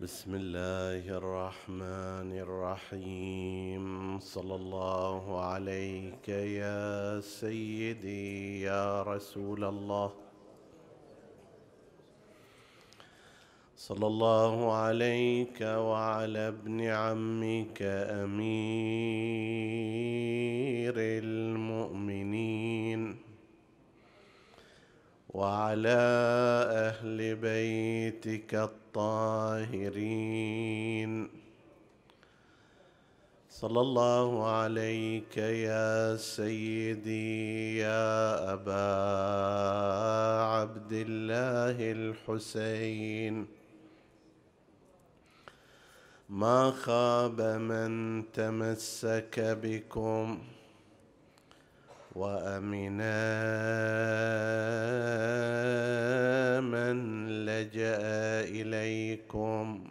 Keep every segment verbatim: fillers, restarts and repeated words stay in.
بسم الله الرحمن الرحيم. صلى الله عليك يا سيدي يا رسول الله. صلى الله عليك وعلى ابن عمك أمير المؤمنين وعلى أهل بيتك الطاهرين. صلى الله عليك يا سيدي يا أبا عبد الله الحسين. ما خاب من تمسك بكم وأمنا من لجأ إليكم.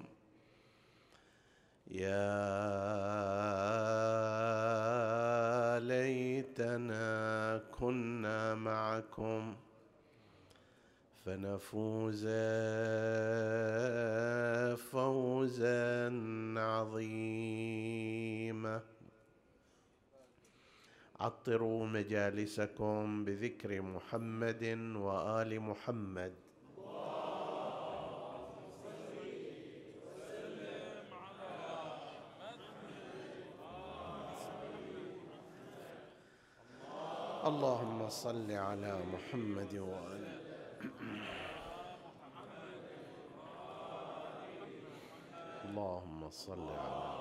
يا ليتنا كنا معكم فنفوز فوزا عظيما. عطروا مجالسكم بذكر محمد وآل محمد. اللهم صل على محمد وآل اللهم صل على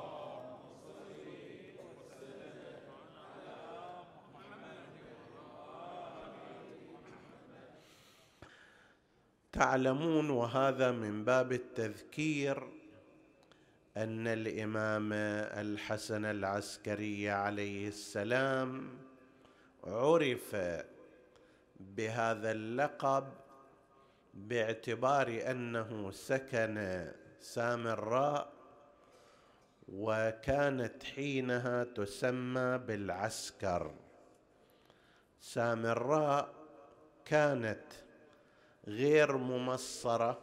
تعلمون، وهذا من باب التذكير، أن الإمام الحسن العسكري عليه السلام عرف بهذا اللقب باعتبار أنه سكن سامراء، وكانت حينها تسمى بالعسكر. سامراء كانت غير ممصرة،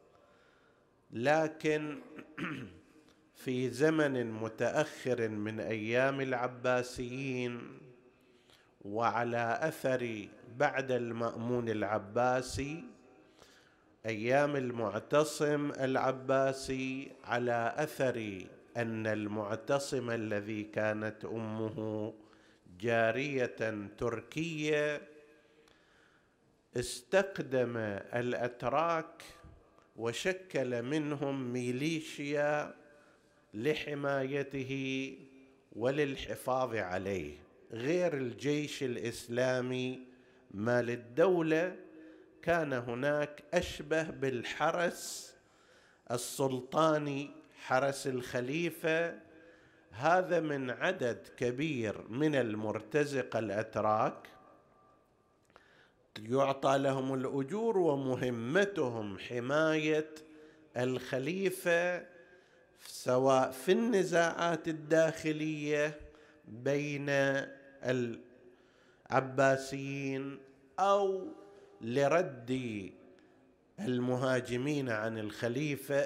لكن في زمن متأخر من أيام العباسيين وعلى أثر بعد المأمون العباسي أيام المعتصم العباسي، على أثر أن المعتصم الذي كانت أمه جارية تركية استقدم الأتراك وشكل منهم ميليشيا لحمايته وللحفاظ عليه، غير الجيش الإسلامي مال الدولة. كان هناك أشبه بالحرس السلطاني، حرس الخليفة. هذا من عدد كبير من المرتزقة الأتراك يعطى لهم الأجور، ومهمتهم حماية الخليفة سواء في النزاعات الداخلية بين العباسيين أو لرد المهاجمين عن الخليفة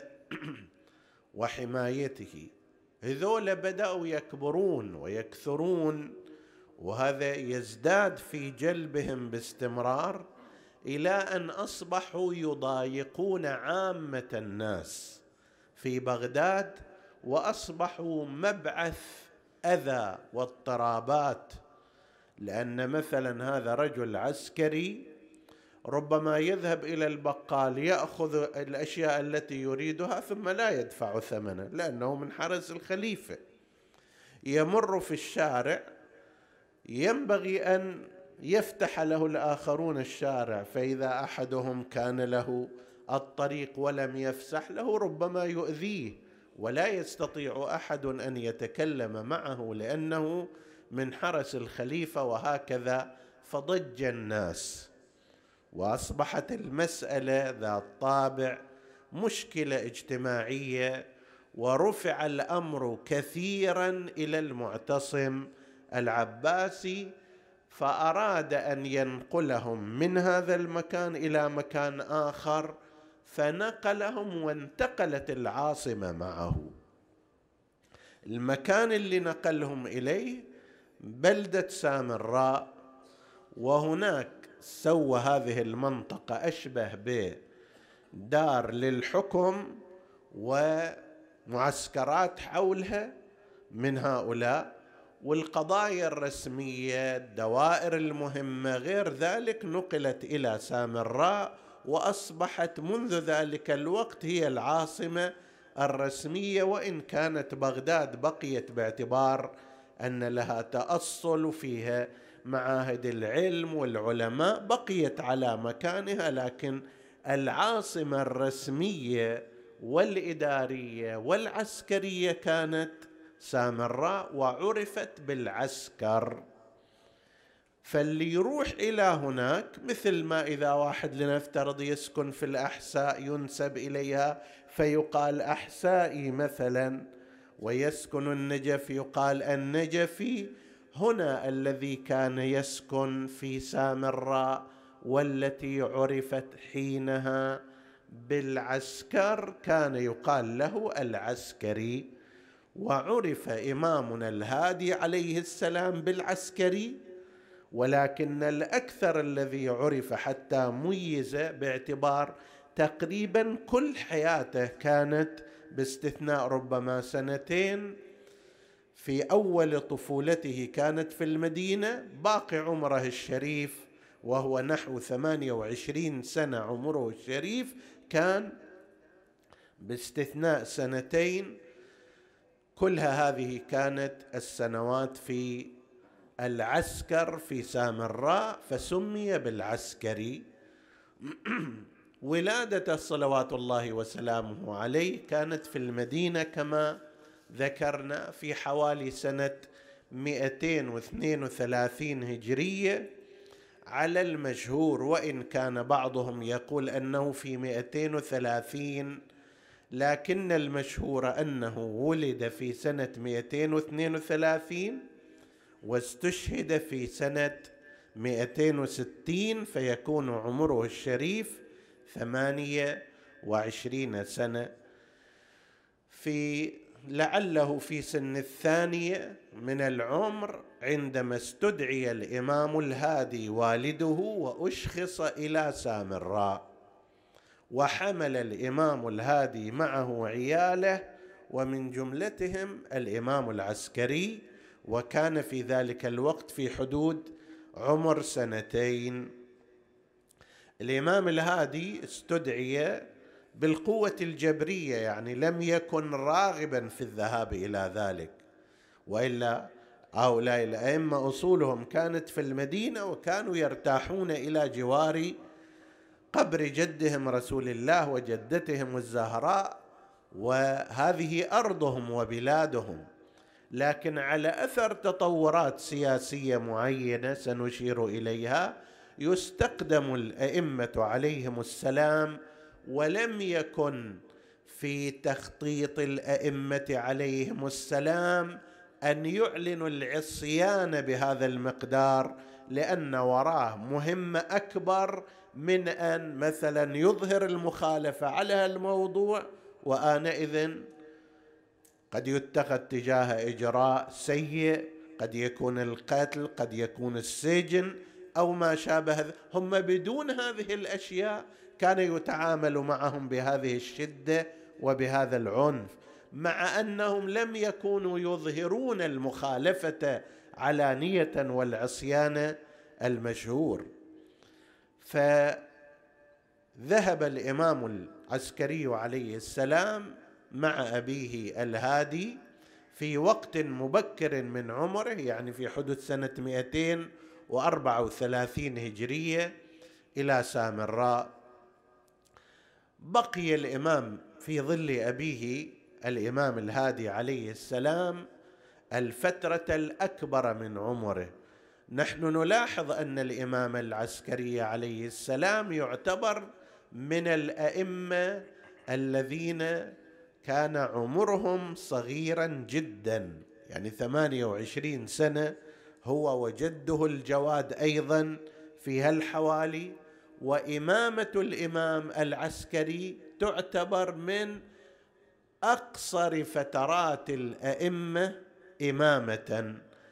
وحمايته. هذول بدأوا يكبرون ويكثرون، وهذا يزداد في جلبهم باستمرار، إلى أن أصبحوا يضايقون عامة الناس في بغداد، وأصبحوا مبعث أذى واضطرابات. لأن مثلا هذا رجل عسكري ربما يذهب إلى البقال يأخذ الأشياء التي يريدها ثم لا يدفع ثمنه لأنه من حرس الخليفة. يمر في الشارع ينبغي أن يفتح له الآخرون الشارع، فإذا أحدهم كان له الطريق ولم يفسح له ربما يؤذيه، ولا يستطيع أحد أن يتكلم معه لأنه من حرس الخليفة، وهكذا فضج الناس، وأصبحت المسألة ذات طابع مشكلة اجتماعية، ورفع الأمر كثيرا إلى المعتصم العباسي، فأراد أن ينقلهم من هذا المكان إلى مكان آخر، فنقلهم وانتقلت العاصمة معه. المكان اللي نقلهم إليه بلدة سامراء، وهناك سوى هذه المنطقة أشبه بدار للحكم ومعسكرات حولها من هؤلاء، والقضايا الرسمية الدوائر المهمة غير ذلك نقلت إلى سامراء، وأصبحت منذ ذلك الوقت هي العاصمة الرسمية، وإن كانت بغداد بقيت باعتبار أن لها تأصل فيها معاهد العلم والعلماء بقيت على مكانها، لكن العاصمة الرسمية والإدارية والعسكرية كانت سامراء، وعرفت بالعسكر. فاللي يروح إلى هناك مثل ما إذا واحد لنفترض يسكن في الأحساء ينسب إليها فيقال أحسائي مثلا، ويسكن النجف يقال النجفي. هنا الذي كان يسكن في سامراء والتي عرفت حينها بالعسكر كان يقال له العسكري. وعرف إمامنا الهادي عليه السلام بالعسكري، ولكن الأكثر الذي عرف حتى ميز باعتبار تقريبا كل حياته كانت باستثناء ربما سنتين في أول طفولته كانت في المدينة، باقي عمره الشريف وهو نحو ثمانية وعشرين سنة عمره الشريف كان باستثناء سنتين كلها هذه كانت السنوات في العسكر في سامراء، فسمي بالعسكري. ولادته صلوات الله وسلامه عليه كانت في المدينة كما ذكرنا في حوالي سنة مئتين واثنين وثلاثين هجرية على المشهور، وإن كان بعضهم يقول أنه في مئتين وثلاثين، لكن المشهور أنه ولد في سنة مئتين واثنين وثلاثين واستشهد في سنة مئتين وستين، فيكون عمره الشريف ثمانية وعشرين سنة. في لعله في سن الثانية من العمر عندما استدعي الإمام الهادي والده وأشخص إلى سامراء، وحمل الإمام الهادي معه عياله ومن جملتهم الإمام العسكري، وكان في ذلك الوقت في حدود عمر سنتين. الإمام الهادي استدعي بالقوة الجبرية، يعني لم يكن راغبا في الذهاب إلى ذلك، وإلا هؤلاء الأئمة أصولهم كانت في المدينة وكانوا يرتاحون إلى جوار قبر جدهم رسول الله وجدتهم الزهراء، وهذه أرضهم وبلادهم. لكن على أثر تطورات سياسية معينة سنشير إليها يستقدم الأئمة عليهم السلام، ولم يكن في تخطيط الأئمة عليهم السلام أن يعلنوا العصيان بهذا المقدار، لأن وراه مهمة أكبر من أن مثلا يظهر المخالفة على الموضوع، وآنئذ قد يتخذ تجاه إجراء سيء، قد يكون القتل، قد يكون السجن أو ما شابه. هم بدون هذه الأشياء كان يتعامل معهم بهذه الشدة وبهذا العنف، مع أنهم لم يكونوا يظهرون المخالفة علانية والعصيان المشهور. فذهب الإمام العسكري عليه السلام مع أبيه الهادي في وقت مبكر من عمره، يعني في حدود سنة مئتين وأربعة وثلاثين هجرية إلى سامراء. بقي الإمام في ظل أبيه الإمام الهادي عليه السلام الفترة الأكبر من عمره. نحن نلاحظ أن الإمام العسكري عليه السلام يعتبر من الأئمة الذين كان عمرهم صغيرا جدا، يعني ثمانية وعشرين سنة هو وجده الجواد أيضا في هالحوالي، وإمامة الإمام العسكري تعتبر من أقصر فترات الأئمة إمامة،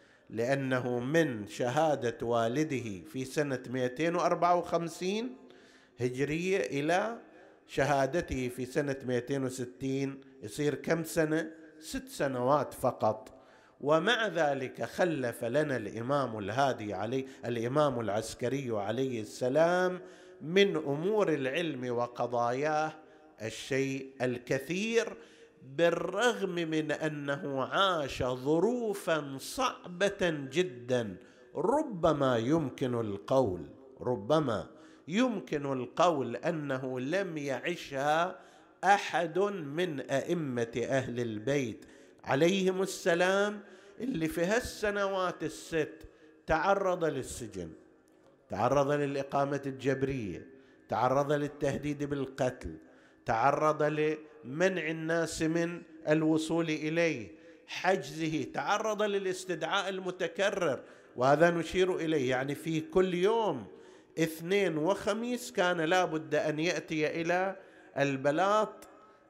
لأنه من شهادة والده في سنة مئتين وأربعة وخمسين هجرية إلى شهادته في سنة مئتين وستين يصير كم سنة؟ ست سنوات فقط. ومع ذلك خلف لنا الإمام الهادي عليه الإمام العسكري عليه السلام من أمور العلم وقضاياه الشيء الكثير، بالرغم من أنه عاش ظروفا صعبة جدا. ربما يمكن القول ربما يمكن القول أنه لم يعشها أحد من أئمة أهل البيت عليهم السلام، اللي في هالسنوات الست تعرض للسجن، تعرض للإقامة الجبرية، تعرض للتهديد بالقتل، تعرض لمنع الناس من الوصول إليه، حجزه، تعرض للاستدعاء المتكرر، وهذا نشير إليه. يعني في كل يوم اثنين وخميس كان لابد أن يأتي إلى البلاط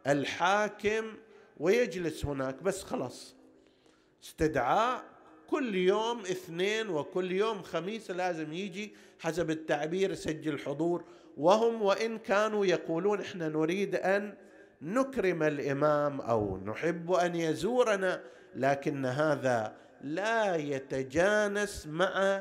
الحاكم ويجلس هناك، بس خلاص استدعاء كل يوم اثنين وكل يوم خميس لازم يجي حسب التعبير يسجل حضور. وهم وإن كانوا يقولون احنا نريد أن نكرم الإمام أو نحب أن يزورنا، لكن هذا لا يتجانس مع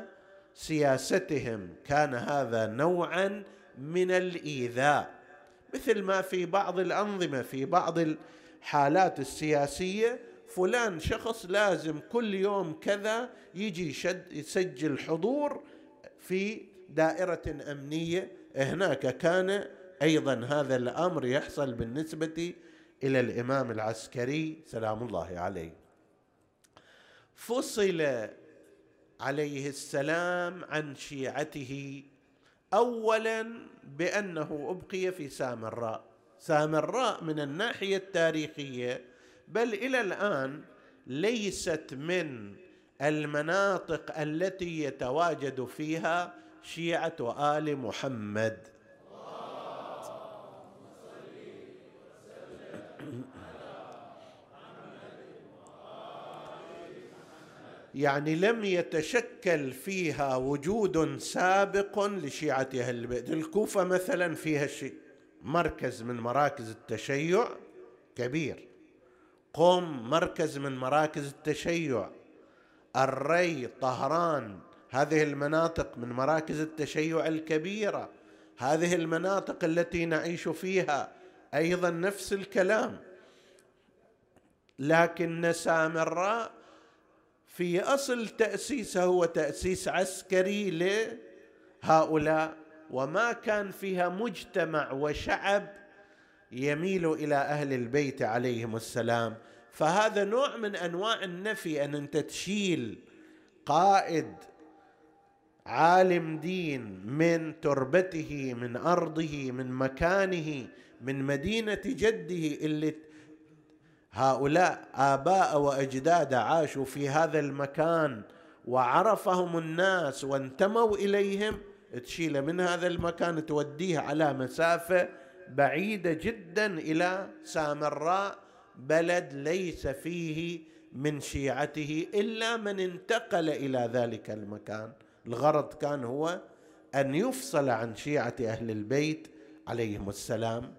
سياستهم، كان هذا نوعا من الإيذاء، مثل ما في بعض الأنظمة في بعض الحالات السياسية فلان شخص لازم كل يوم كذا يجي يشد يسجل حضور في دائرة أمنية. هناك كان أيضا هذا الأمر يحصل بالنسبة إلى الإمام العسكري سلام الله عليه. فصل عليه السلام عن شيعته أولا بأنه أبقي في سامراء. سامراء من الناحية التاريخية بل إلى الآن ليست من المناطق التي يتواجد فيها شيعة آل محمد. يعني لم يتشكل فيها وجود سابق لشيعة أهل البيت. الكوفة مثلا فيها شيء مركز من مراكز التشيع كبير، قم مركز من مراكز التشيع، الري، طهران، هذه المناطق من مراكز التشيع الكبيرة، هذه المناطق التي نعيش فيها أيضا نفس الكلام. لكن سامراء في أصل تأسيسه هو تأسيس عسكري لهؤلاء، وما كان فيها مجتمع وشعب يميل إلى أهل البيت عليهم السلام. فهذا نوع من أنواع النفي، أن أنت تشيل قائد عالم دين من تربته، من أرضه، من مكانه، من مدينة جده، اللي هؤلاء آباء وأجداد عاشوا في هذا المكان وعرفهم الناس وانتموا إليهم، تشيله من هذا المكان توديه على مسافة بعيدة جدا إلى سامراء، بلد ليس فيه من شيعته إلا من انتقل إلى ذلك المكان. الغرض كان هو أن يفصل عن شيعة أهل البيت عليهم السلام.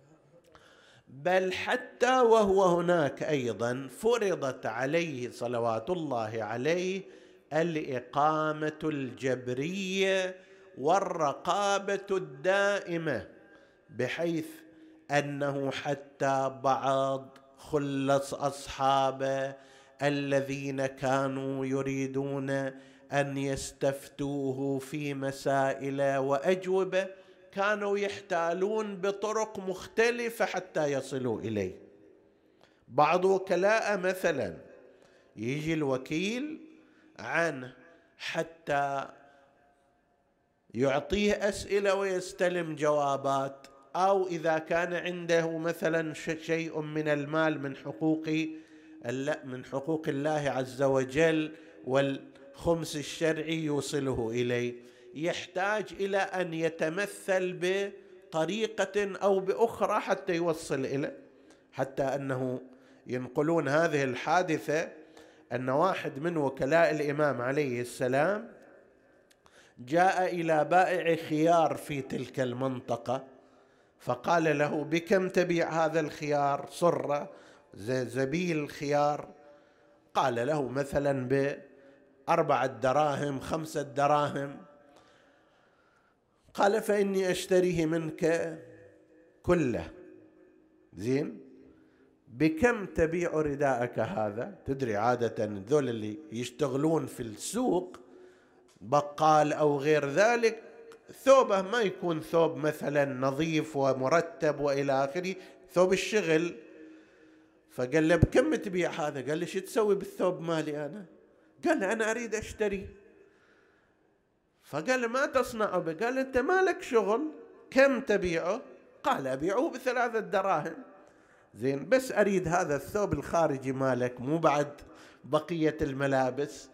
بل حتى وهو هناك أيضا فرضت عليه صلوات الله عليه الإقامة الجبرية والرقابة الدائمة، بحيث أنه حتى بعض خلص أصحابه الذين كانوا يريدون أن يستفتوه في مسائل وأجوبة كانوا يحتالون بطرق مختلفة حتى يصلوا إليه. بعض وكلاء مثلا يجي الوكيل عنه حتى يعطيه أسئلة ويستلم جوابات، أو إذا كان عنده مثلا شيء من المال من حقوق من حقوق الله عز وجل والخمس الشرعي يوصله إليه. يحتاج إلى أن يتمثل بطريقة أو بأخرى حتى يوصل إلى، حتى أنه ينقلون هذه الحادثة أن واحد من وكلاء الإمام عليه السلام جاء إلى بائع خيار في تلك المنطقة فقال له: بكم تبيع هذا الخيار؟ صرة زبيل خيار. قال له مثلا بأربعة دراهم، خمسة دراهم. قال: فإني أشتريه منك كله. زين، بكم تبيع رداءك هذا؟ تدري عادة ذول اللي يشتغلون في السوق بقال أو غير ذلك ثوبه ما يكون ثوب مثلا نظيف ومرتب وإلى آخره، ثوب الشغل. فقال له: بكم تبيع هذا؟ قال له: شو تسوي بالثوب مالي أنا؟ قال له: أنا أريد أشتري. فقال له: ما تصنع به؟ قال له: أنت مالك شغل، كم تبيعه؟ قال: أبيعه بثلاثة دراهم. زين، بس أريد هذا الثوب الخارجي مالك، مو بعد بقية الملابس.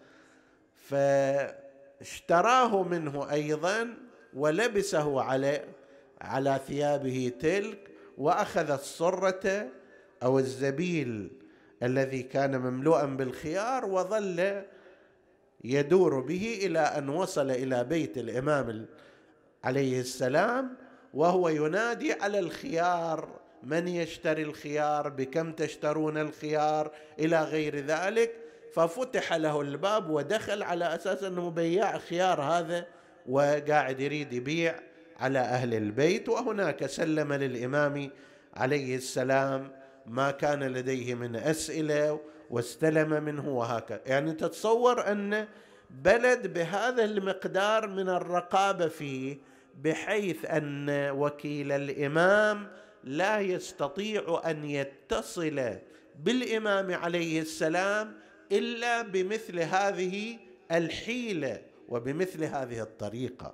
فاشتراه منه أيضا ولبسه على على ثيابه تلك، وأخذ الصرة أو الزبيل الذي كان مملوءا بالخيار وظل يدور به إلى أن وصل إلى بيت الإمام عليه السلام، وهو ينادي على الخيار: من يشتري الخيار؟ بكم تشترون الخيار؟ إلى غير ذلك. ففتح له الباب ودخل على أساس أنه بياع خيار هذا وقاعد يريد يبيع على أهل البيت. وهناك سلم للإمام عليه السلام ما كان لديه من أسئلة واستلم منه وهكذا. يعني تتصور أن بلد بهذا المقدار من الرقابة فيه، بحيث أن وكيل الإمام لا يستطيع أن يتصل بالإمام عليه السلام إلا بمثل هذه الحيلة وبمثل هذه الطريقة.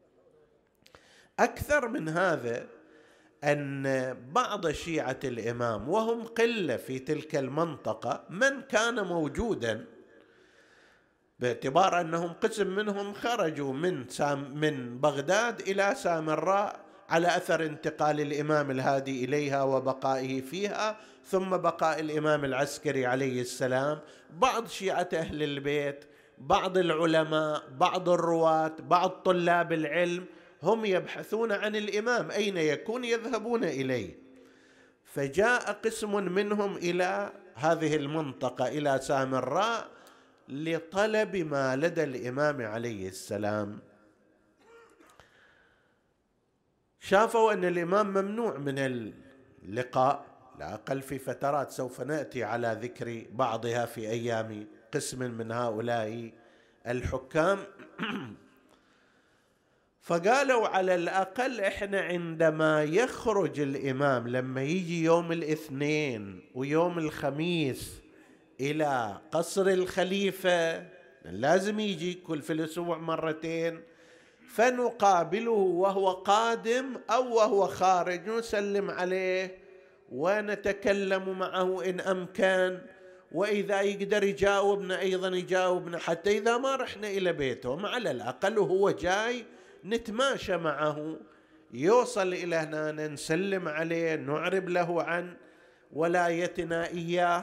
أكثر من هذا أن بعض شيعة الإمام وهم قلة في تلك المنطقة، من كان موجودا باعتبار أنهم قسم منهم خرجوا من سام من بغداد إلى سامراء على أثر انتقال الإمام الهادي إليها وبقائه فيها، ثم بقاء الإمام العسكري عليه السلام، بعض شيعة أهل البيت، بعض العلماء، بعض الرواة، بعض طلاب العلم، هم يبحثون عن الإمام أين يكون يذهبون إليه. فجاء قسم منهم إلى هذه المنطقة إلى سامراء لطلب ما لدى الإمام عليه السلام. شافوا أن الإمام ممنوع من اللقاء، لا أقل في فترات سوف نأتي على ذكر بعضها في أيام قسم من هؤلاء الحكام. فقالوا على الأقل إحنا عندما يخرج الإمام، لما يجي يوم الاثنين ويوم الخميس إلى قصر الخليفة، لازم يجي كل في الأسبوع مرتين، فنقابله وهو قادم أو وهو خارج، نسلم عليه ونتكلم معه إن أمكن، وإذا يقدر يجاوبنا أيضا يجاوبنا، حتى إذا ما رحنا إلى بيته على الأقل وهو جاي نتماشى معه، يوصل إلى هنا نسلم عليه، نعرب له عن ولايتنا إياه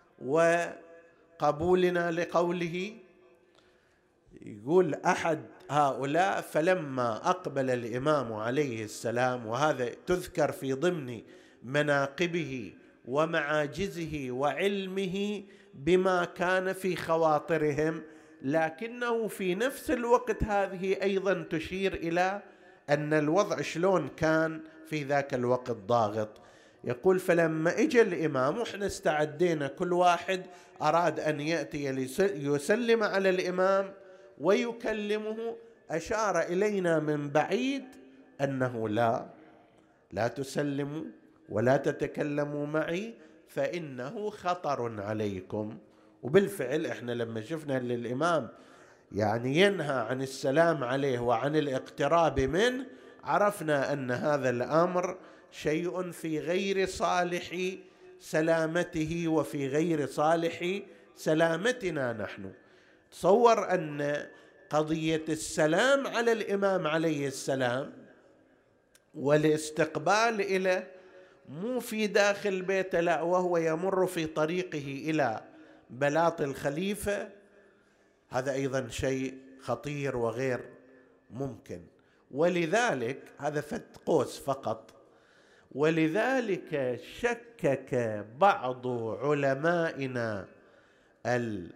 وقبولنا لقوله. يقول أحد هؤلاء: فلما أقبل الإمام عليه السلام، وهذا تذكر في ضمن مناقبه ومعاجزه وعلمه بما كان في خواطرهم، لكنه في نفس الوقت هذه أيضا تشير إلى أن الوضع شلون كان في ذاك الوقت ضاغط. يقول: فلما اجى الإمام وإحنا استعدينا، كل واحد أراد أن يأتي يسلم على الإمام ويكلمه، أشار إلينا من بعيد أنه لا لا تسلموا ولا تتكلموا معي فإنه خطر عليكم. وبالفعل إحنا لما شفنا للإمام يعني ينهى عن السلام عليه وعن الاقتراب منه، عرفنا أن هذا الأمر شيء في غير صالح سلامته وفي غير صالح سلامتنا نحن. تصور أن قضية السلام على الإمام عليه السلام والاستقبال إليه مو في داخل بيته، لا، وهو يمر في طريقه إلى بلاط الخليفة، هذا أيضا شيء خطير وغير ممكن. ولذلك هذا فت قوس فقط، ولذلك شكك بعض علمائنا ال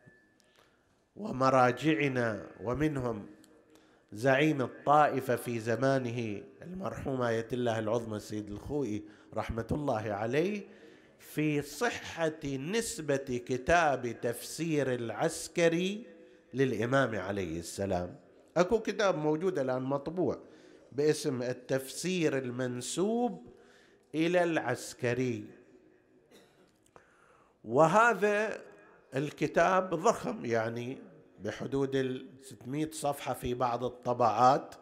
ومراجعنا، ومنهم زعيم الطائفة في زمانه المرحوم آية الله العظمى السيد الخوئي رحمة الله عليه، في صحة نسبة كتاب تفسير العسكري للإمام عليه السلام. أكو كتاب موجود الآن مطبوع باسم التفسير المنسوب إلى العسكري، وهذا الكتاب ضخم، يعني بحدود الستمائة صفحة في بعض الطبعات.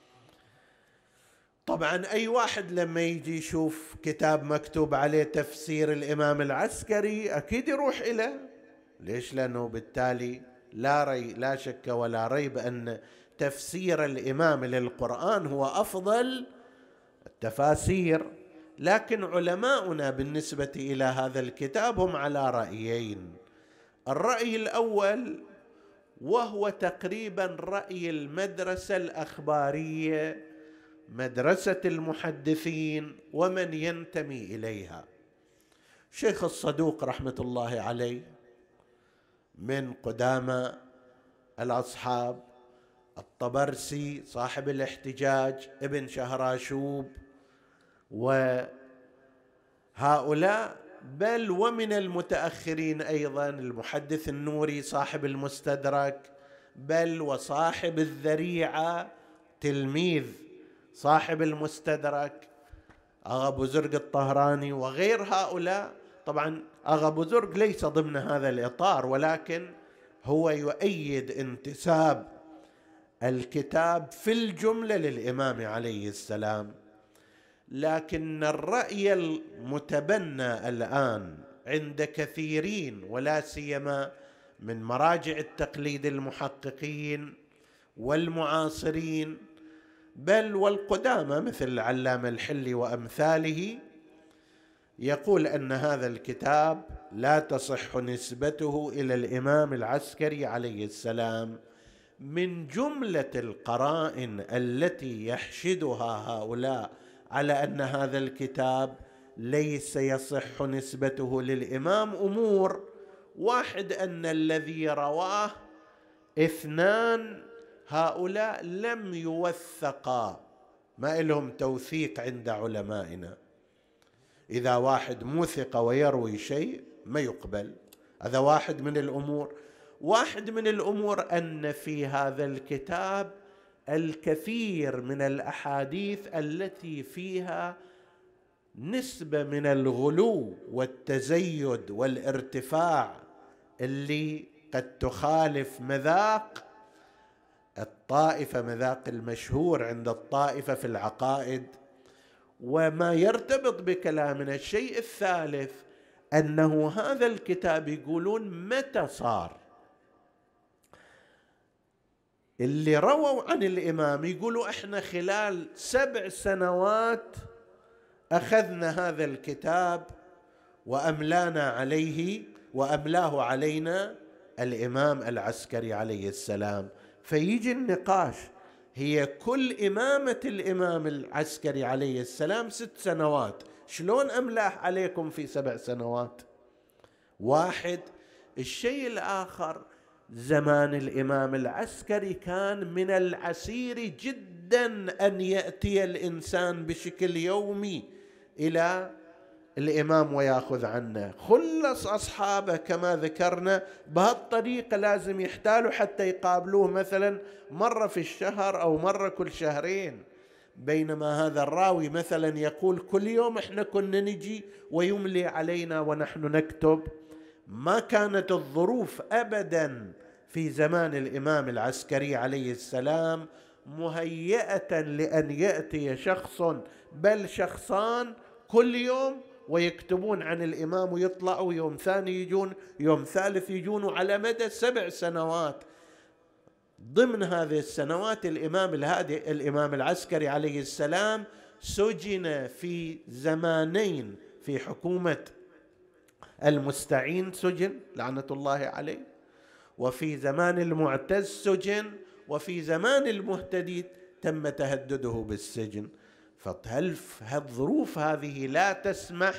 طبعا أي واحد لما يجي يشوف كتاب مكتوب عليه تفسير الإمام العسكري أكيد يروح إليه. ليش؟ لأنه بالتالي لا ري لا شك ولا ريب أن تفسير الإمام للقرآن هو أفضل التفاسير. لكن علماؤنا بالنسبة إلى هذا الكتاب هم على رأيين. الرأي الأول وهو تقريبا رأي المدرسة الأخبارية، مدرسة المحدثين ومن ينتمي إليها. شيخ الصدوق رحمة الله عليه من قدامى الأصحاب، الطبرسي صاحب الاحتجاج، ابن شهراشوب، وهؤلاء، بل ومن المتأخرين أيضا المحدث النوري صاحب المستدرك، بل وصاحب الذريعة تلميذ صاحب المستدرك أغا بزرق الطهراني وغير هؤلاء. طبعا أغا بزرق ليس ضمن هذا الإطار، ولكن هو يؤيد انتساب الكتاب في الجملة للإمام عليه السلام. لكن الرأي المتبنى الآن عند كثيرين ولا سيما من مراجع التقليد المحققين والمعاصرين بل والقدامى مثل العلامة الحلي وأمثاله، يقول أن هذا الكتاب لا تصح نسبته إلى الإمام العسكري عليه السلام، من جملة القرائن التي يحشدها هؤلاء على أن هذا الكتاب ليس يصح نسبته للإمام أمور. واحد، أن الذي رواه اثنان هؤلاء لم يوثقا، ما لهم توثيق عند علمائنا. إذا واحد موثق ويروي شيء ما يقبل، هذا واحد من الأمور. واحد من الأمور أن في هذا الكتاب الكثير من الأحاديث التي فيها نسبة من الغلو والتزيد والارتفاع اللي قد تخالف مذاق الطائفة، مذاق المشهور عند الطائفة في العقائد وما يرتبط بكلامنا. الشيء الثالث أنه هذا الكتاب يقولون متى صار، اللي رووا عن الإمام يقولوا إحنا خلال سبع سنوات أخذنا هذا الكتاب وأملانا عليه وأملاه علينا الإمام العسكري عليه السلام. فيجي النقاش، هي كل إمامة الإمام العسكري عليه السلام ست سنوات، شلون أملاه عليكم في سبع سنوات؟ واحد. الشيء الآخر، زمان الإمام العسكري كان من العسير جدا أن يأتي الإنسان بشكل يومي إلى الإمام ويأخذ عنه، خلص أصحابه كما ذكرنا بهالطريقة لازم يحتالوا حتى يقابلوه مثلا مرة في الشهر أو مرة كل شهرين. بينما هذا الراوي مثلا يقول كل يوم إحنا كنا نجي ويملي علينا ونحن نكتب. ما كانت الظروف أبدا في زمان الإمام العسكري عليه السلام مهيئة لأن يأتي شخص بل شخصان كل يوم ويكتبون عن الإمام ويطلعوا يوم ثاني يجون، يوم ثالث يجون، على مدى سبع سنوات. ضمن هذه السنوات الإمام الهادي الإمام العسكري عليه السلام سجن في زمانين. في حكومة المستعين سجن لعنة الله عليه، وفي زمان المعتز سجن، وفي زمان المهتدي تم تهدده بالسجن. فهل الظروف هذه لا تسمح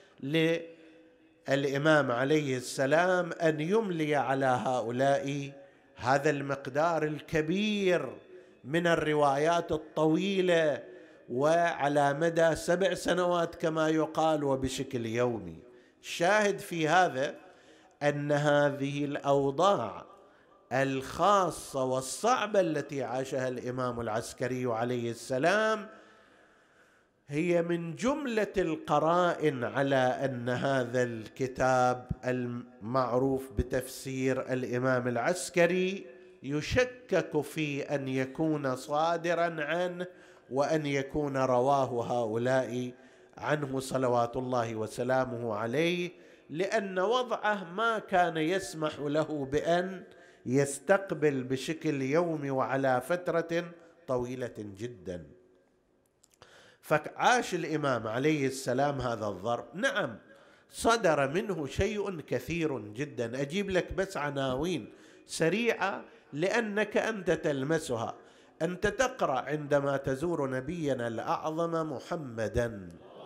للإمام عليه السلام أن يملي على هؤلاء هذا المقدار الكبير من الروايات الطويلة وعلى مدى سبع سنوات كما يقال وبشكل يومي. الشاهد في هذا أن هذه الأوضاع الخاصة والصعبة التي عاشها الإمام العسكري عليه السلام هي من جملة القرائن على أن هذا الكتاب المعروف بتفسير الإمام العسكري يشكك في أن يكون صادرا عنه وأن يكون رواه هؤلاء عنه صلوات الله وسلامه عليه، لأن وضعه ما كان يسمح له بأن يستقبل بشكل يومي وعلى فترة طويلة جدا. فعاش الإمام عليه السلام هذا الظرف. نعم صدر منه شيء كثير جدا، أجيب لك بس عناوين سريعة لأنك أنت تلمسها. أنت تقرأ عندما تزور نبينا الأعظم محمدا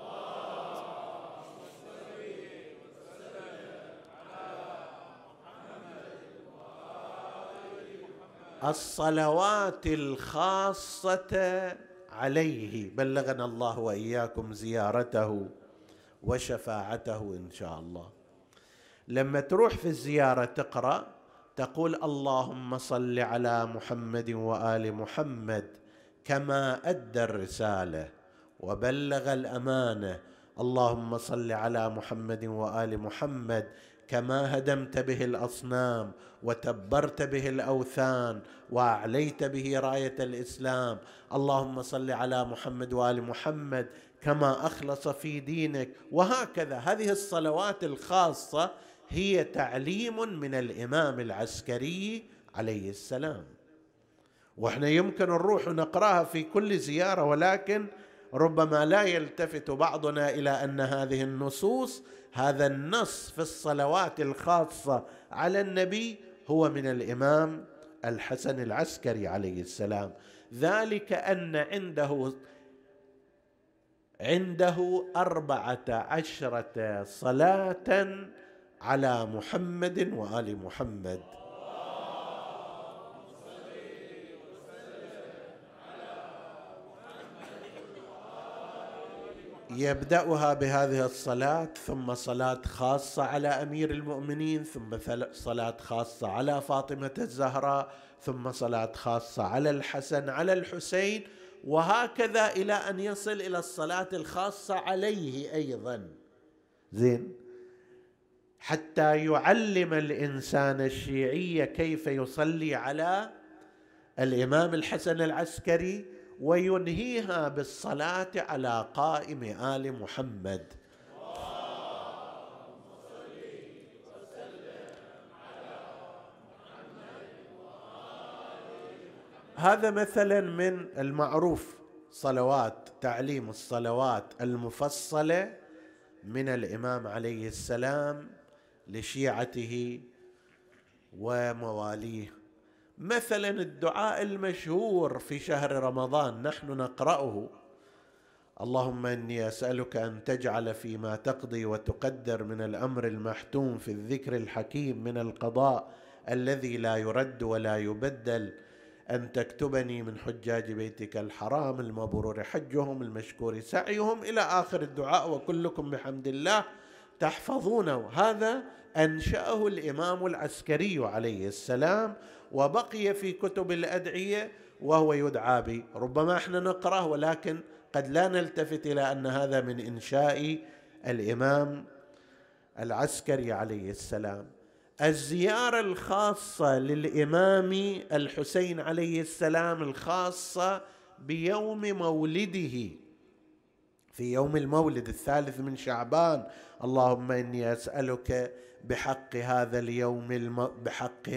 الصلوات الخاصة عليه، بلغنا الله وإياكم زيارته وشفاعته إن شاء الله. لما تروح في الزيارة تقرأ تقول اللهم صل على محمد وآل محمد كما أدى الرسالة وبلغ الأمانة، اللهم صل على محمد وآل محمد كما هدمت به الأصنام وتبرت به الأوثان وأعليت به راية الإسلام، اللهم صل على محمد وآل محمد كما أخلص في دينك. وهكذا هذه الصلوات الخاصة هي تعليم من الإمام العسكري عليه السلام، وإحنا يمكن نروح ونقرأها في كل زيارة، ولكن ربما لا يلتفت بعضنا إلى أن هذه النصوص، هذا النص في الصلوات الخاصة على النبي هو من الإمام الحسن العسكري عليه السلام. ذلك أن عنده عنده أربعة عشرة صلاة على محمد وآل محمد. يبدأها بهذه الصلاة، ثم صلاة خاصة على أمير المؤمنين، ثم صلاة خاصة على فاطمة الزهراء، ثم صلاة خاصة على الحسن على الحسين، وهكذا إلى أن يصل إلى الصلاة الخاصة عليه أيضا. زين، حتى يعلم الإنسان الشيعي كيف يصلي على الإمام الحسن العسكري وينهيها بالصلاة على قائم آل محمد. هذا مثلا من المعروف صلوات، تعليم الصلوات المفصلة من الإمام عليه السلام لشيعته ومواليه. مثلا الدعاء المشهور في شهر رمضان نحن نقرأه: اللهم إني أسألك أن تجعل فيما تقضي وتقدر من الأمر المحتوم في الذكر الحكيم من القضاء الذي لا يرد ولا يبدل، أن تكتبني من حجاج بيتك الحرام المبرور حجهم المشكور سعيهم، إلى آخر الدعاء، وكلكم بحمد الله تحفظونه. هذا أنشأه الإمام العسكري عليه السلام وبقي في كتب الأدعية وهو يدعى به. ربما احنا نقرأه ولكن قد لا نلتفت إلى أن هذا من إنشاء الإمام العسكري عليه السلام. الزيارة الخاصة للإمام الحسين عليه السلام الخاصة بيوم مولده، في يوم المولد الثالث من شعبان، اللهم إني أسألك بحق هذا اليوم الم... بحق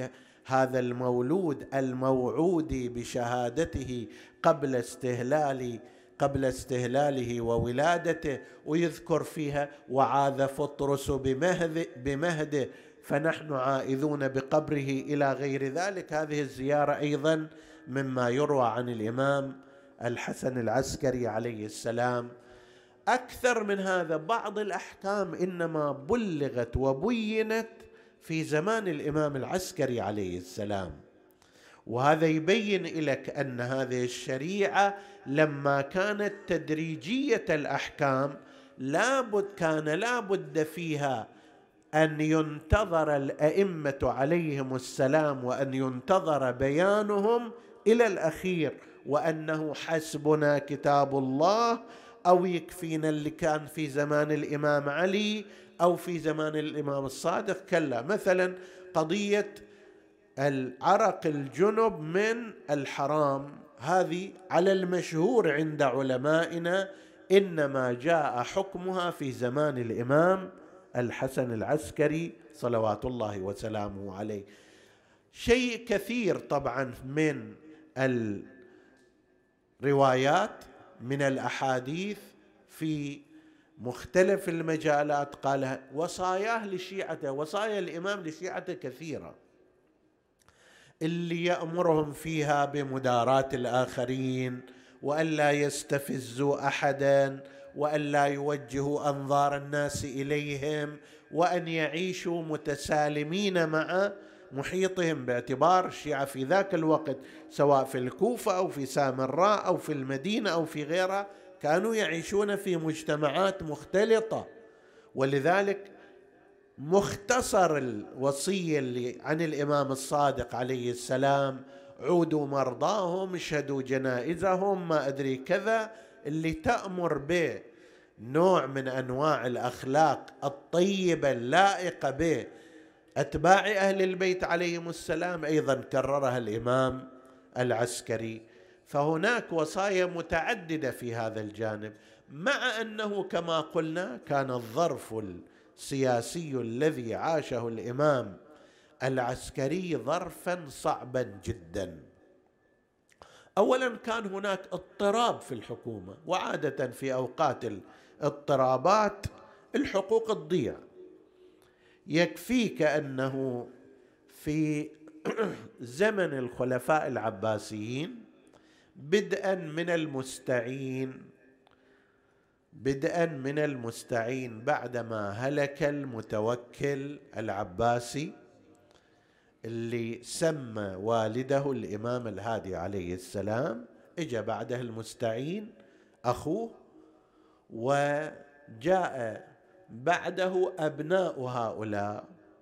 هذا المولود الموعود بشهادته قبل استهلال قبل استهلاله وولادته، ويذكر فيها وعاذ فطرس بمهد بمهده فنحن عائذون بقبره إلى غير ذلك. هذه الزيارة أيضا مما يروى عن الإمام الحسن العسكري عليه السلام. أكثر من هذا، بعض الأحكام إنما بلغت وبينت في زمان الإمام العسكري عليه السلام، وهذا يبين لك أن هذه الشريعة لما كانت تدريجية الأحكام لابد كان لابد فيها أن ينتظر الأئمة عليهم السلام وأن ينتظر بيانهم إلى الأخير، وأنه حسبنا كتاب الله أو يكفينا اللي كان في زمان الإمام علي أو في زمان الإمام الصادق. كلا، مثلا قضية العرق الجنب من الحرام، هذه على المشهور عند علمائنا إنما جاء حكمها في زمان الإمام الحسن العسكري صلوات الله وسلامه عليه. شيء كثير طبعا من الروايات من الأحاديث في مختلف المجالات قالها. وصاياه لشيعته، وصايا الإمام لشيعته كثيرة، اللي يأمرهم فيها بمداراة الآخرين، وأن لا يستفزوا أحدا، وأن لا يوجهوا أنظار الناس إليهم، وأن يعيشوا متسالمين مع محيطهم، باعتبار الشيعة في ذاك الوقت سواء في الكوفة أو في سامراء أو في المدينة أو في غيرها كانوا يعيشون في مجتمعات مختلطة. ولذلك مختصر الوصية اللي عن الإمام الصادق عليه السلام، عودوا مرضاهم، اشهدوا جنائزهم، ما أدري كذا، اللي تأمر بنوع من أنواع الأخلاق الطيبة اللائقة بأتباع أهل البيت عليهم السلام، أيضا كررها الإمام العسكري. فهناك وصايا متعددة في هذا الجانب، مع أنه كما قلنا كان الظرف السياسي الذي عاشه الإمام العسكري ظرفا صعبا جدا. أولا كان هناك اضطراب في الحكومة، وعادة في أوقات الاضطرابات الحقوق تضيع. يكفيك أنه في زمن الخلفاء العباسيين بدءا من المستعين بدءا من المستعين بعدما هلك المتوكل العباسي اللي سمى والده الإمام الهادي عليه السلام، اجى بعده المستعين أخوه، وجاء بعده أبناء هؤلاء.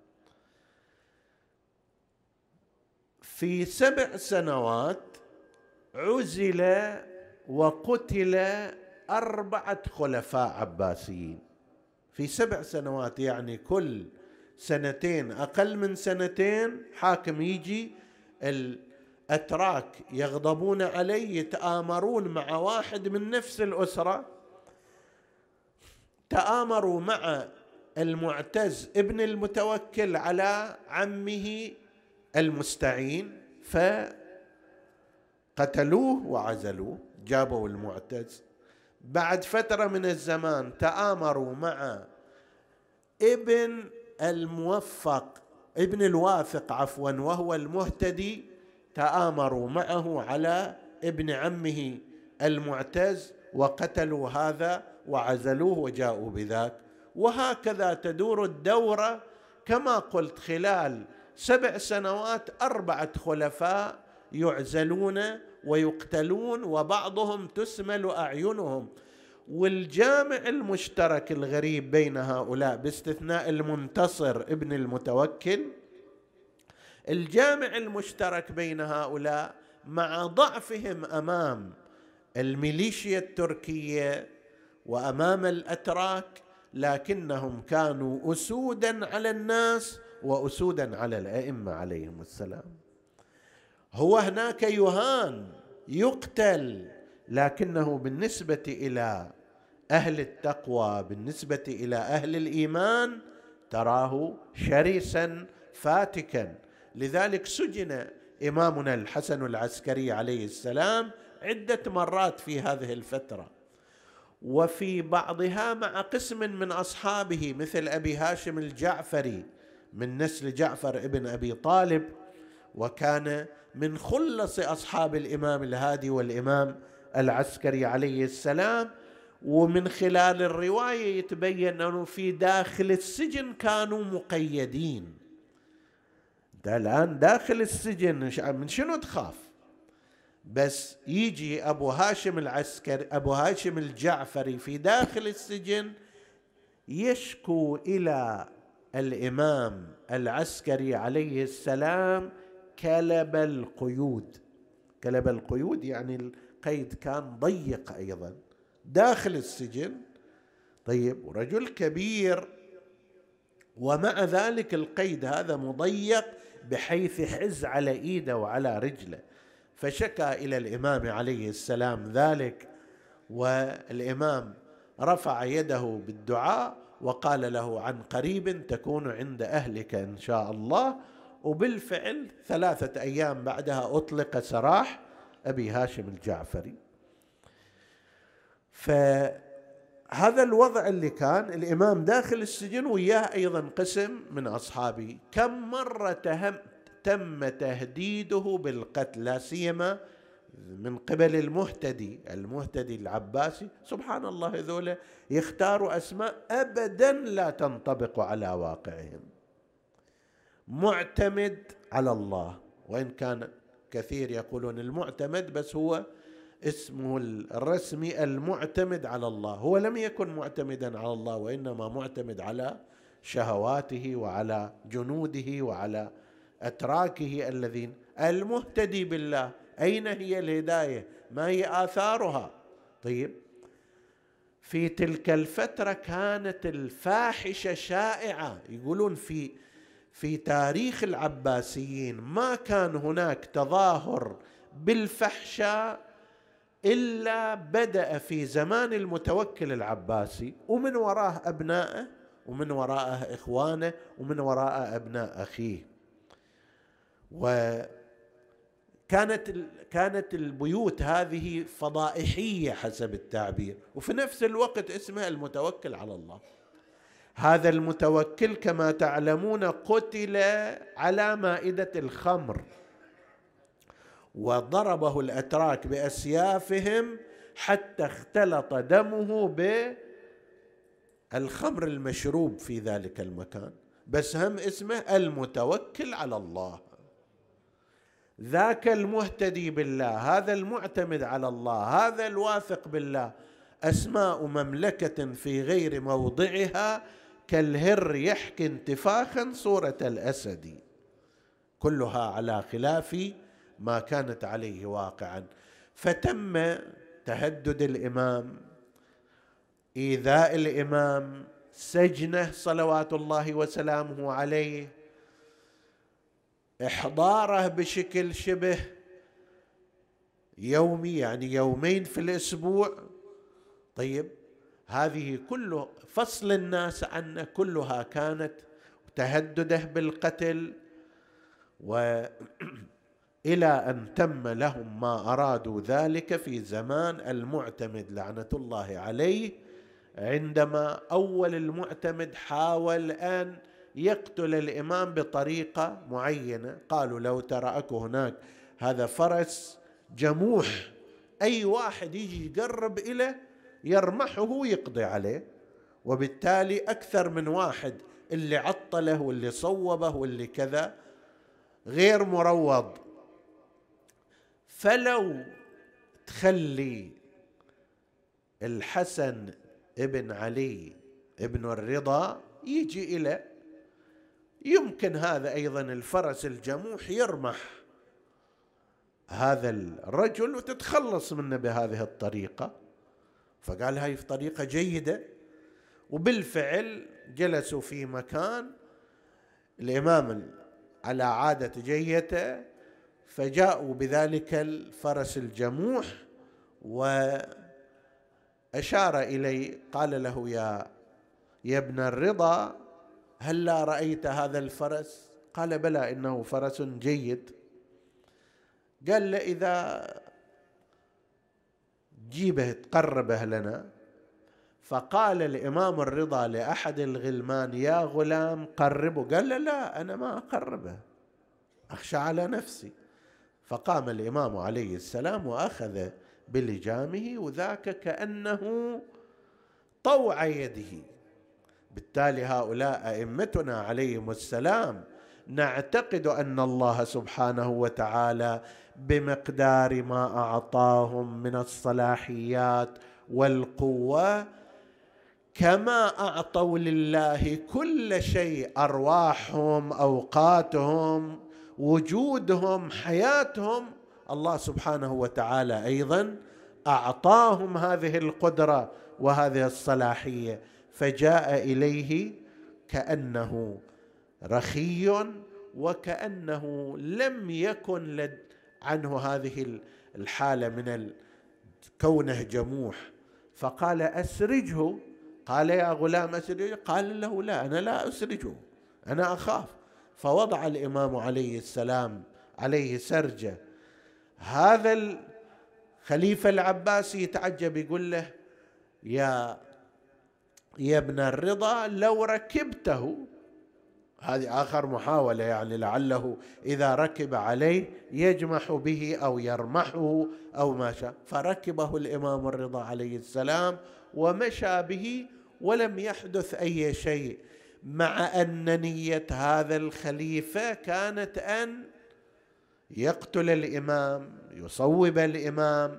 في سبع سنوات عزل وقتل أربعة خلفاء عباسيين في سبع سنوات، يعني كل سنتين أقل من سنتين حاكم يجي. الأتراك يغضبون عليه، يتآمرون مع واحد من نفس الأسرة، تآمروا مع المعتز ابن المتوكل على عمه المستعين فقتلوه وعزلوه، جابوا المعتز. بعد فترة من الزمان تآمروا مع ابن الموفق ابن الواثق عفوا وهو المهتدي، تآمروا معه على ابن عمه المعتز وقتلوا هذا وعزلوه وجاءوا بذاك. وهكذا تدور الدورة. كما قلت خلال سبع سنوات أربعة خلفاء يعزلون ويقتلون، وبعضهم تسمل أعينهم. والجامع المشترك الغريب بين هؤلاء باستثناء المنتصر ابن المتوكل، الجامع المشترك بين هؤلاء مع ضعفهم أمام الميليشيا التركية وأمام الأتراك، لكنهم كانوا أسودا على الناس وأسودا على الأئمة عليهم السلام. هو هناك يهان يقتل، لكنه بالنسبة إلى أهل التقوى، بالنسبة إلى أهل الإيمان، تراه شرسا فاتكا، لذلك سجن إمامنا الحسن العسكري عليه السلام عدة مرات في هذه الفترة، وفي بعضها مع قسم من أصحابه مثل أبي هاشم الجعفري من نسل جعفر ابن أبي طالب، وكان من خلص أصحاب الإمام الهادي والإمام العسكري عليه السلام. ومن خلال الرواية يتبين أنه في داخل السجن كانوا مقيدين. ده الآن داخل السجن من شنو تخاف؟ بس يجي أبو هاشم العسكري أبو هاشم الجعفري في داخل السجن يشكو إلى الإمام العسكري عليه السلام كلب القيود. كلب القيود يعني القيد كان ضيق أيضا داخل السجن. طيب، ورجل كبير ومع ذلك القيد هذا مضيق بحيث يحز على إيده وعلى رجله، فشكى إلى الإمام عليه السلام ذلك، والإمام رفع يده بالدعاء وقال له عن قريب تكون عند أهلك إن شاء الله. وبالفعل ثلاثة أيام بعدها أطلق سراح أبي هاشم الجعفري. فهذا الوضع اللي كان الإمام داخل السجن وياه أيضا قسم من أصحابه. كم مرة تهم تم تهديده بالقتل، لا سيما من قبل المهتدي المهتدي العباسي. سبحان الله، هذول يختاروا أسماء أبدا لا تنطبق على واقعهم. معتمد على الله، وإن كان كثير يقولون المعتمد، بس هو اسمه الرسمي المعتمد على الله. هو لم يكن معتمدا على الله، وإنما معتمد على شهواته وعلى جنوده وعلى أتراكه الذين. المهتدي بالله أين هي الهداية؟ ما هي آثارها؟ طيب، في تلك الفترة كانت الفاحشة شائعة. يقولون في في تاريخ العباسيين ما كان هناك تظاهر بالفحشاء إلا بدأ في زمان المتوكل العباسي، ومن وراه أبنائه ومن وراءه إخوانه ومن وراء أبناء أخيه. وكانت كانت البيوت هذه فضائحية حسب التعبير، وفي نفس الوقت اسمها المتوكل على الله. هذا المتوكل كما تعلمون قتل على مائدة الخمر، وضربه الأتراك بأسيافهم حتى اختلط دمه بالخمر المشروب في ذلك المكان، بس هم اسمه المتوكل على الله. ذاك المهتدي بالله، هذا المعتمد على الله، هذا الواثق بالله، أسماء مملكة في غير موضعها كالهر يحكي انتفاخا صورة الأسد، كلها على خلاف ما كانت عليه واقعا. فتم تهدد الإمام، إيذاء الإمام، سجنه صلوات الله وسلامه عليه، إحضاره بشكل شبه يومي، يعني يومين في الأسبوع. طيب، هذه كله فصل الناس عنه كلها كانت تهدده بالقتل، وإلى أن تم لهم ما أرادوا ذلك في زمان المعتمد لعنة الله عليه، عندما أول المعتمد حاول أن يقتل الإمام بطريقة معينة. قالوا لو ترأكوا هناك هذا فرس جموح، أي واحد يجي يقرب إليه يرمحه ويقضي عليه، وبالتالي أكثر من واحد اللي عطله واللي صوبه واللي كذا غير مروض. فلو تخلي الحسن ابن علي ابن الرضا يجي إلى، يمكن هذا أيضا الفرس الجموح يرمح هذا الرجل وتتخلص منه بهذه الطريقة. فقال هاي في طريقة جيدة. وبالفعل جلسوا في مكان الإمام على عادة جيته، فجاءوا بذلك الفرس الجموح وأشار إليه، قال له يا يا ابن الرضا هل لا رأيت هذا الفرس؟ قال بلى إنه فرس جيد. قال له إذا جيبه تقربه لنا. فقال الإمام الرضا لأحد الغلمان يا غلام قربه. قال له لا أنا ما أقربه أخشى على نفسي. فقام الإمام عليه السلام وأخذ بلجامه وذاك كأنه طوع يده. بالتالي هؤلاء أئمتنا عليهم السلام نعتقد أن الله سبحانه وتعالى بمقدار ما أعطاهم من الصلاحيات والقوة كما أعطوا لله كل شيء، أرواحهم، أوقاتهم، وجودهم، حياتهم، الله سبحانه وتعالى أيضا أعطاهم هذه القدرة وهذه الصلاحية. فجاء إليه كأنه رخي وكأنه لم يكن لد عنه هذه الحالة من كونه جموح. فقال أسرجه. قال يا غلام أسرجه. قال له لا أنا لا أسرجه أنا أخاف. فوضع الإمام عليه السلام عليه سرجة. هذا الخليفة العباسي يتعجب يقول له يا يا ابن الرضا لو ركبته. هذه آخر محاولة يعني لعله إذا ركب عليه يجمح به أو يرمحه أو ما شاء. فركبه الإمام الرضا عليه السلام ومشى به ولم يحدث أي شيء، مع أن نية هذا الخليفة كانت أن يقتل الإمام، يصوب الإمام،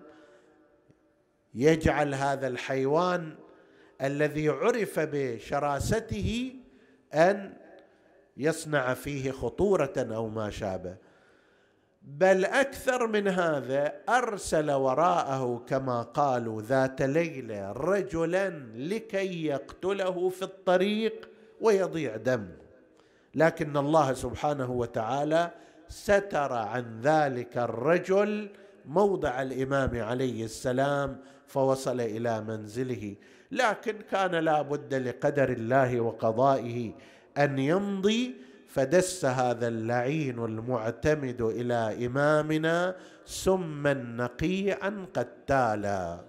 يجعل هذا الحيوان الذي عرف بشراسته أن يصنع فيه خطورة أو ما شابه. بل أكثر من هذا أرسل وراءه كما قالوا ذات ليلة رجلا لكي يقتله في الطريق ويضيع دم، لكن الله سبحانه وتعالى ستر عن ذلك الرجل موضع الإمام عليه السلام فوصل إلى منزله. لكن كان لا بد لقدر الله وقضائه أن يمضي، فدس هذا اللعين المعتمد إلى إمامنا سما نقيعا قتالا.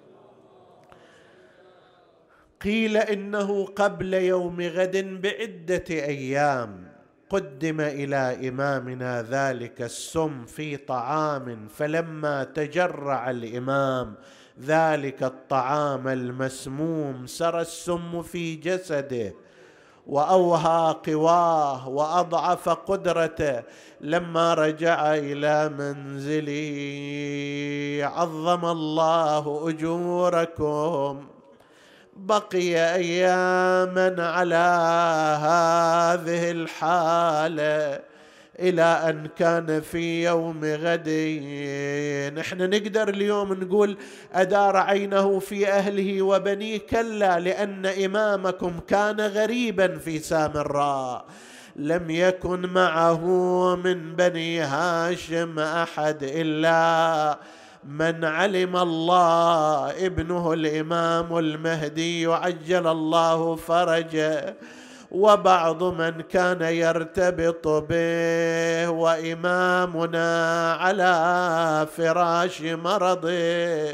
قيل إنه قبل يوم غد بعدة أيام قدم إلى إمامنا ذلك السم في طعام، فلما تجرع الإمام ذلك الطعام المسموم سرى السم في جسده وأوهى قواه وأضعف قدرته. لما رجع إلى منزله عظم الله أجوركم، بقي أياما على هذه الحالة إلى أن كان في يوم غد. نحن نقدر اليوم نقول أدار عينه في أهله وبنيه، كلا، لأن إمامكم كان غريبا في سامراء، لم يكن معه من بني هاشم أحد إلا من علم الله ابنه الإمام المهدي عجل الله فرجه، وبعض من كان يرتبط به، وإمامنا على فراش مرضه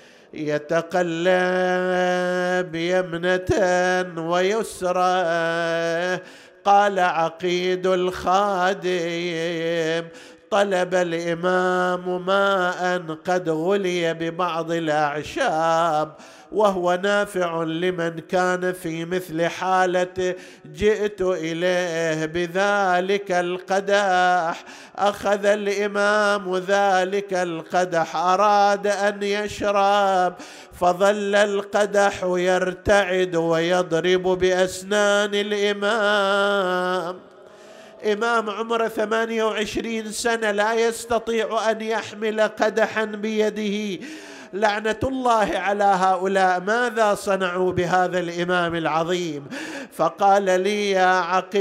يتقلب يمنة ويسرى. قال عقيد الخادم طلب الإمام ماء قد غلي ببعض الأعشاب وهو نافع لمن كان في مثل حالته، جئت إليه بذلك القدح. أخذ الإمام ذلك القدح أراد أن يشرب، فظل القدح يرتعد ويضرب بأسنان الإمام. إمام عمره ثمانية وعشرين سنة لا يستطيع أن يحمل قدحا بيده. لعنة الله على هؤلاء، ماذا صنعوا بهذا الإمام العظيم؟ فقال لي يا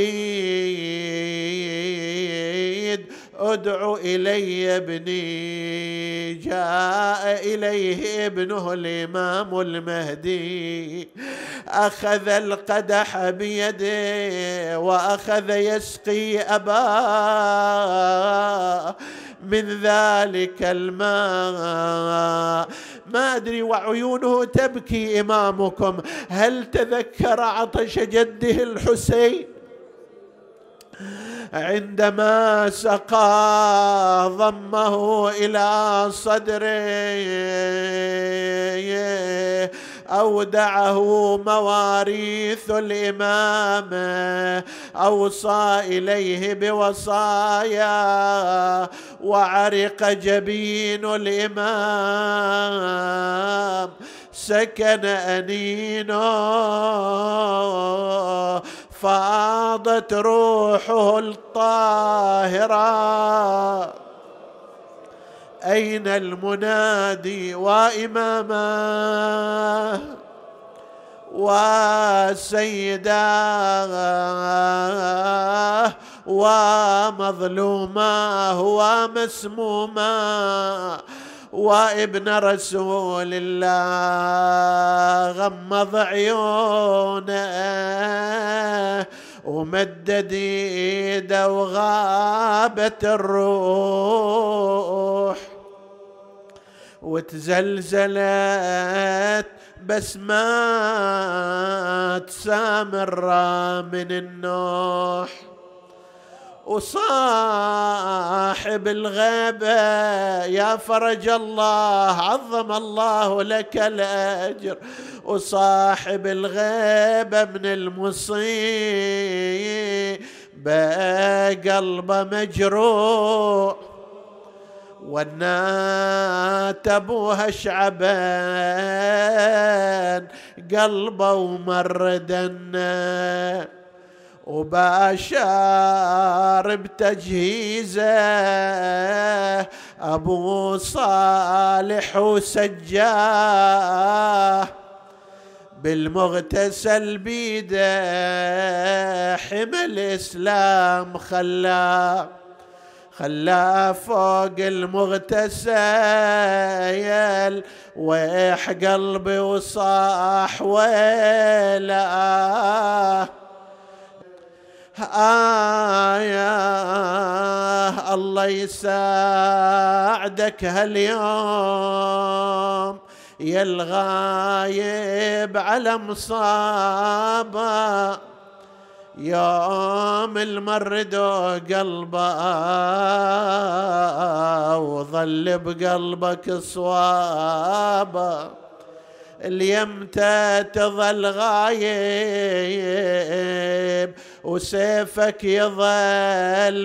عقيد ادع إلي ابني. جاء إليه ابنه الإمام المهدي، أخذ القدح بيده وأخذ يسقي أباه من ذلك الماء. ما أدري وعيونه تبكي إمامكم. هل تذكر عطش جده الحسين عندما سقى ضمه إلى صدره، أودعه مواريث الإمام، أوصى إليه بوصايا، وعرق جبين الإمام، سكن أنينه، فاضت روحه الطاهرة. أين المنادي وإمامه وسيداه ومظلوماه ومسموماه وابن رسول الله؟ غمض عيونه ومدد ايده وغابت الروح، وتزلزلت بس ما تسامر من النوح. وصاحب الغيبة يا فرج الله عظم الله لك الأجر، وصاحب الغيبة من المصيبة قلبه مجروح، والنات ابوها شعبان قلبه ومردنا، وباشار بتجهيزه ابو صالح وسجاه، بالمغتسل بيده حمى الإسلام خلاه، خلاه فوق المغتسل ويح قلبي وصاح ويلاه. آه يا الله يساعدك هاليوم يا الغايب على مصابه، يوم المرد قلبه وظل بقلبك صوابه، اليمتى تظل غايب وسيفك يظل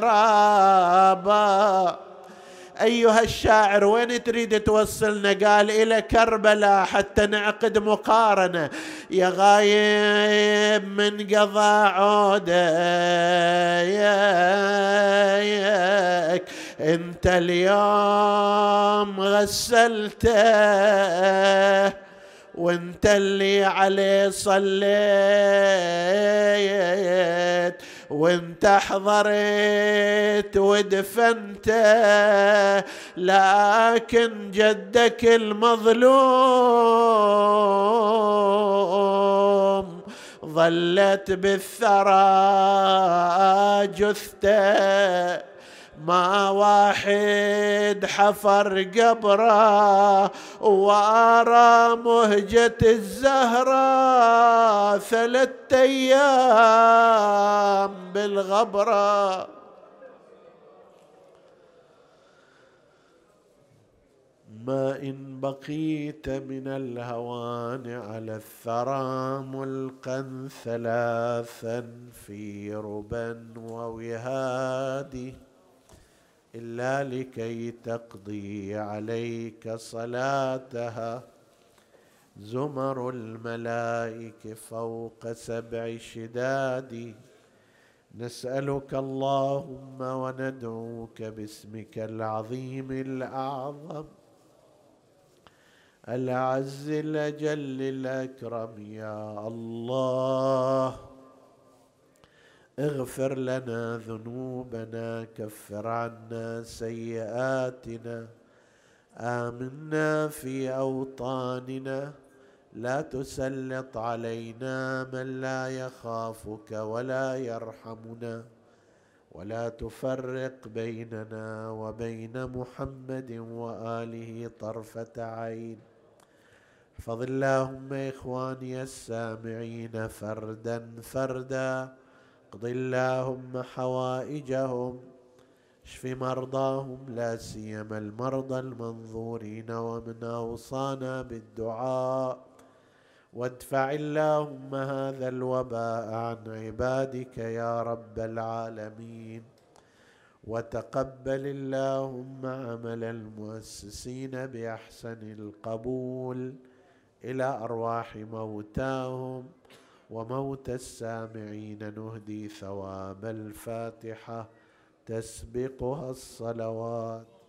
بقرابه. أيها الشاعر وين تريد توصلنا؟ قال إلى كربلاء حتى نعقد مقارنة. يا غايب من قضاء عودك انت اليوم غسلته، وانت اللي عليه صليت، وانت حضرت ودفنته، لكن جدك المظلوم ظلت بالثرى جثته، ما واحد حفر قبره وارى مهجة الزهرة ثلاث أيام بالغبرة. ما إن بقيت من الهوان على الثرى ملقا ثلاثا في ربا ووهاد، إلا لكي تقضي عليك صلاتها زمر الملائكة فوق سبع شداد. نسألك اللهم وندعوك باسمك العظيم الأعظم الأعز الأجل الأكرم يا الله. اغفر لنا ذنوبنا، كفر عنا سيئاتنا، آمنا في أوطاننا، لا تسلط علينا من لا يخافك ولا يرحمنا، ولا تفرق بيننا وبين محمد وآله طرفة عين. احفظ اللهم إخواني السامعين فردا فردا، اقض اللهم حوائجهم، اشف مرضاهم لا سيما المرضى المنظورين ومن أوصانا بالدعاء، وادفع اللهم هذا الوباء عن عبادك يا رب العالمين، وتقبل اللهم عمل المؤسسين بأحسن القبول إلى أرواح موتاهم وموتى السامعين. نهدي ثواب الفاتحة تسبقها الصلوات.